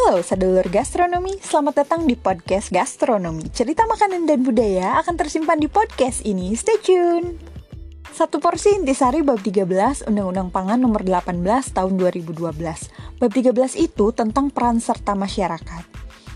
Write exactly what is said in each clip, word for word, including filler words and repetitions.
Halo sedulur gastronomi, selamat datang di podcast gastronomi. Cerita makanan dan budaya akan tersimpan di podcast ini, stay tune. Satu porsi intisari bab tiga belas Undang-Undang Pangan nomor delapan belas tahun dua ribu dua belas. Bab tiga belas itu tentang peran serta masyarakat.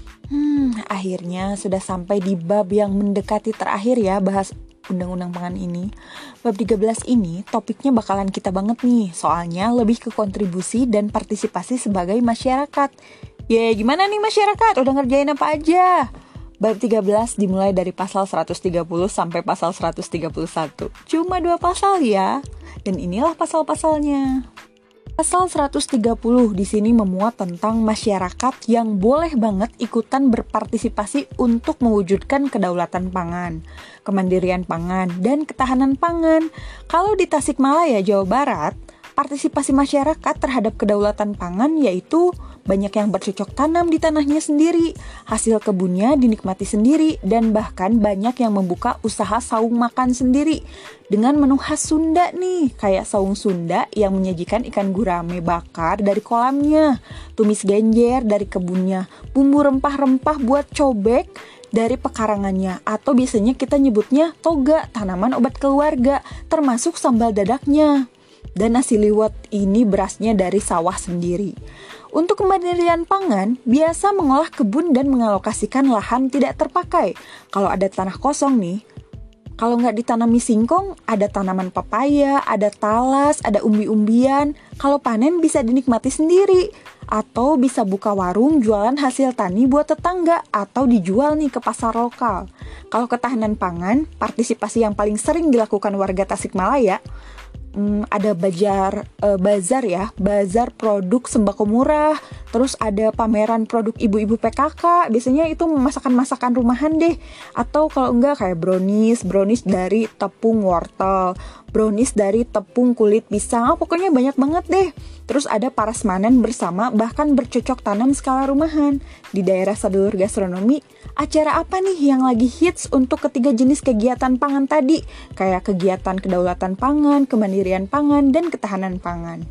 Hmm, akhirnya sudah sampai di bab yang mendekati terakhir ya bahas Undang-Undang Pangan ini. Bab tiga belas ini topiknya bakalan kita banget nih, soalnya lebih ke kontribusi dan partisipasi sebagai masyarakat. Ya gimana nih masyarakat, udah ngerjain apa aja? Bab tiga belas dimulai dari pasal seratus tiga puluh sampai pasal seratus tiga puluh satu. Cuma dua pasal ya, dan inilah pasal-pasalnya. Pasal seratus tiga puluh di sini memuat tentang masyarakat yang boleh banget ikutan berpartisipasi untuk mewujudkan kedaulatan pangan, kemandirian pangan, dan ketahanan pangan. Kalau di Tasikmalaya, Jawa Barat, partisipasi masyarakat terhadap kedaulatan pangan yaitu banyak yang bercocok tanam di tanahnya sendiri, hasil kebunnya dinikmati sendiri, dan bahkan banyak yang membuka usaha saung makan sendiri dengan menu khas Sunda nih, kayak saung Sunda yang menyajikan ikan gurame bakar dari kolamnya, tumis genjer dari kebunnya, bumbu rempah-rempah buat cobek dari pekarangannya, atau biasanya kita nyebutnya toga, tanaman obat keluarga, termasuk sambal dadaknya. Dan nasi liwet ini berasnya dari sawah sendiri. Untuk kemandirian pangan, biasa mengolah kebun dan mengalokasikan lahan tidak terpakai. Kalau ada tanah kosong nih, kalau nggak ditanami singkong, ada tanaman pepaya, ada talas, ada umbi-umbian. Kalau panen bisa dinikmati sendiri. Atau bisa buka warung jualan hasil tani buat tetangga, atau dijual nih ke pasar lokal. Kalau ketahanan pangan, partisipasi yang paling sering dilakukan warga Tasikmalaya, Hmm, ada bazar, uh, bazar ya, bazar produk sembako murah, terus ada pameran produk ibu-ibu P K K, biasanya itu masakan-masakan rumahan deh, atau kalau enggak kayak brownies, brownies dari tepung wortel, brownies dari tepung kulit pisang, oh, pokoknya banyak banget deh. Terus ada prasmanan bersama, bahkan bercocok tanam skala rumahan. Di daerah sedulur gastronomi, acara apa nih yang lagi hits untuk ketiga jenis kegiatan pangan tadi? Kayak kegiatan kedaulatan pangan, kemandirian pangan, dan ketahanan pangan.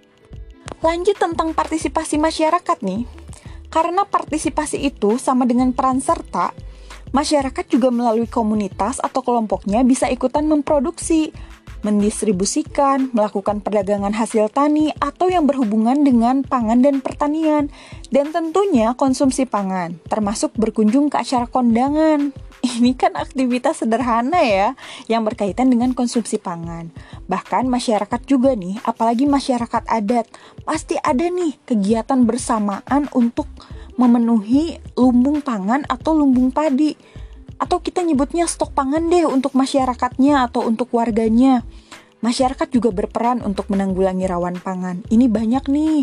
Lanjut tentang partisipasi masyarakat nih. Karena partisipasi itu sama dengan peran serta, masyarakat juga melalui komunitas atau kelompoknya bisa ikutan memproduksi, mendistribusikan, melakukan perdagangan hasil tani, atau yang berhubungan dengan pangan dan pertanian, dan tentunya konsumsi pangan, termasuk berkunjung ke acara kondangan. Ini kan aktivitas sederhana ya, yang berkaitan dengan konsumsi pangan. Bahkan masyarakat juga nih, apalagi masyarakat adat, pasti ada nih kegiatan bersamaan untuk memenuhi lumbung pangan atau lumbung padi. Atau kita nyebutnya stok pangan deh untuk masyarakatnya atau untuk warganya. Masyarakat juga berperan untuk menanggulangi rawan pangan. Ini banyak nih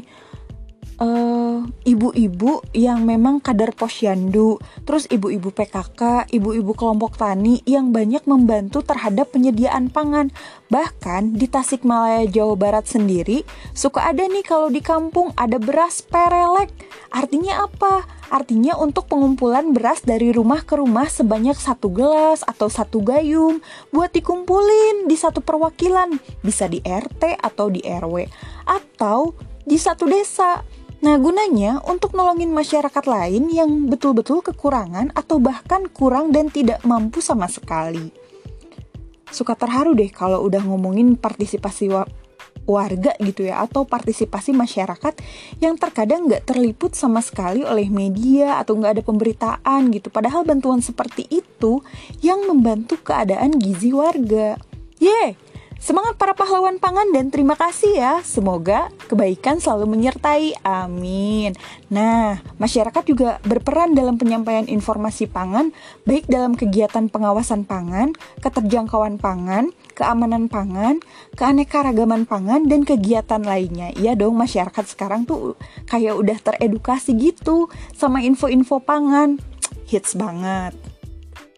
uh, ibu-ibu yang memang kader posyandu, terus ibu-ibu P K K, ibu-ibu kelompok tani yang banyak membantu terhadap penyediaan pangan. Bahkan di Tasikmalaya, Jawa Barat sendiri, suka ada nih kalau di kampung ada beras perelek. Artinya apa? Artinya untuk pengumpulan beras dari rumah ke rumah sebanyak satu gelas atau satu gayung buat dikumpulin di satu perwakilan, bisa di R T atau di R W atau di satu desa. Nah, gunanya untuk nolongin masyarakat lain yang betul-betul kekurangan atau bahkan kurang dan tidak mampu sama sekali. Suka terharu deh kalau udah ngomongin partisipasi wa- warga gitu ya, atau partisipasi masyarakat yang terkadang nggak terliput sama sekali oleh media atau nggak ada pemberitaan gitu. Padahal bantuan seperti itu yang membantu keadaan gizi warga. Yeay! Semangat para pahlawan pangan dan terima kasih ya. Semoga kebaikan selalu menyertai. Amin. Nah, masyarakat juga berperan dalam penyampaian informasi pangan, baik dalam kegiatan pengawasan pangan, keterjangkauan pangan, keamanan pangan, keanekaragaman pangan, dan kegiatan lainnya. Iya dong, masyarakat sekarang tuh kayak udah teredukasi gitu sama info-info pangan. Hits banget.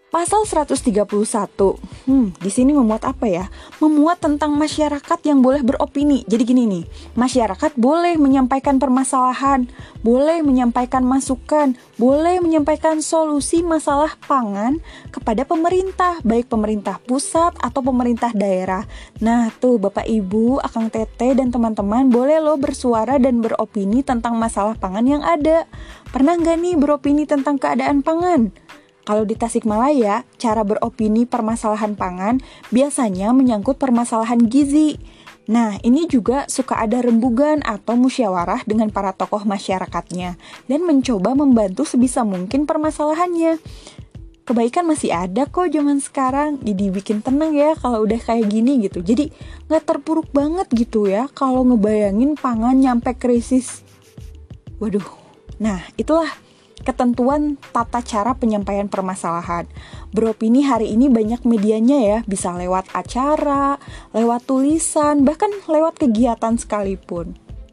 Pasal seratus tiga puluh satu, hmm, di sini memuat apa ya? Memuat tentang masyarakat yang boleh beropini. Jadi gini nih, masyarakat boleh menyampaikan permasalahan, boleh menyampaikan masukan, boleh menyampaikan solusi masalah pangan kepada pemerintah, baik pemerintah pusat atau pemerintah daerah. Nah tuh Bapak Ibu, Akang Teteh dan teman-teman boleh loh bersuara dan beropini tentang masalah pangan yang ada. Pernah nggak nih beropini tentang keadaan pangan? Kalau di Tasikmalaya, cara beropini permasalahan pangan biasanya menyangkut permasalahan gizi. Nah, ini juga suka ada rembugan atau musyawarah dengan para tokoh masyarakatnya dan mencoba membantu sebisa mungkin permasalahannya. Kebaikan masih ada kok zaman sekarang, jadi bikin tenang ya kalau udah kayak gini gitu. Jadi nggak terpuruk banget gitu ya kalau ngebayangin pangan nyampe krisis. Waduh, nah itulah ketentuan tata cara penyampaian permasalahan. Beropini hari ini banyak medianya ya, bisa lewat acara, lewat tulisan, bahkan lewat kegiatan sekalipun.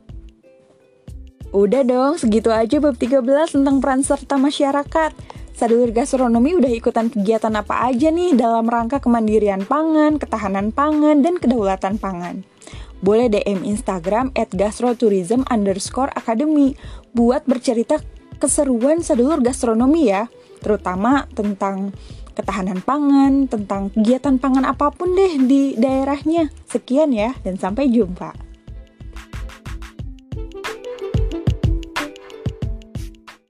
Udah dong, segitu aja bab tiga belas tentang peran serta masyarakat. Sadulur Gastronomi udah ikutan kegiatan apa aja nih dalam rangka kemandirian pangan, ketahanan pangan, dan kedaulatan pangan. Boleh D M Instagram at gastrotourism underscore academy buat bercerita keseruan Sadulur Gastronomi ya, terutama tentang ketahanan pangan, tentang kegiatan pangan apapun deh di daerahnya. Sekian ya, dan sampai jumpa.